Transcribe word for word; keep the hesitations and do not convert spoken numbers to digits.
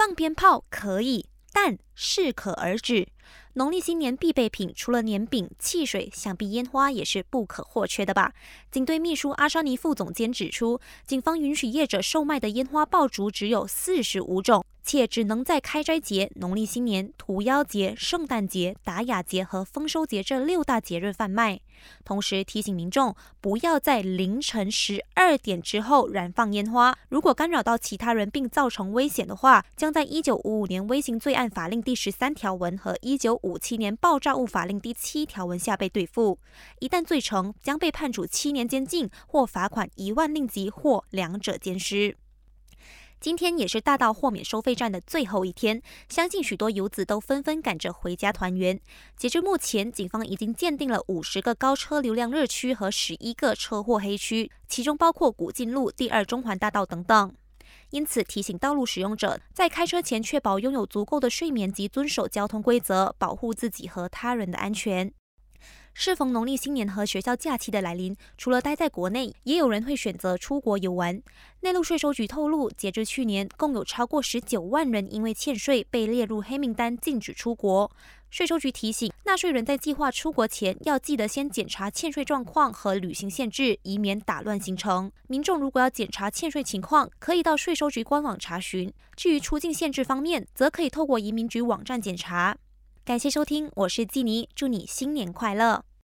放鞭炮可以，但适可而止。农历新年必备品除了年饼、汽水，想必烟花也是不可或缺的吧？警队秘书阿沙尼副总监指出，警方允许业者售卖的烟花爆竹只有四十五种，且只能在开斋节、农历新年、屠妖节、圣诞节、达雅节和丰收节这六大节日贩卖。同时提醒民众不要在凌晨十二点之后燃放烟花，如果干扰到其他人并造成危险的话，将在一九五五年微型罪案法令第十三条文和一九五七年爆炸物法令第七条文下被对付。一旦罪成，将被判处七年监禁或罚款一万令吉或两者兼施。今天也是大道豁免收费站的最后一天，相信许多游子都纷纷赶着回家团圆。截至目前，警方已经鉴定了五十个高车流量热区和十一个车祸黑区，其中包括古晋路、第二中环大道等等。因此提醒道路使用者，在开车前确保拥有足够的睡眠及遵守交通规则，保护自己和他人的安全。适逢农历新年和学校假期的来临，除了待在国内，也有人会选择出国游玩。内陆税收局透露，截至去年，共有超过十九万人因为欠税被列入黑名单，禁止出国。税收局提醒，纳税人在计划出国前，要记得先检查欠税状况和旅行限制，以免打乱行程。民众如果要检查欠税情况，可以到税收局官网查询。至于出境限制方面，则可以透过移民局网站检查。感谢收听，我是季妮，祝你新年快乐。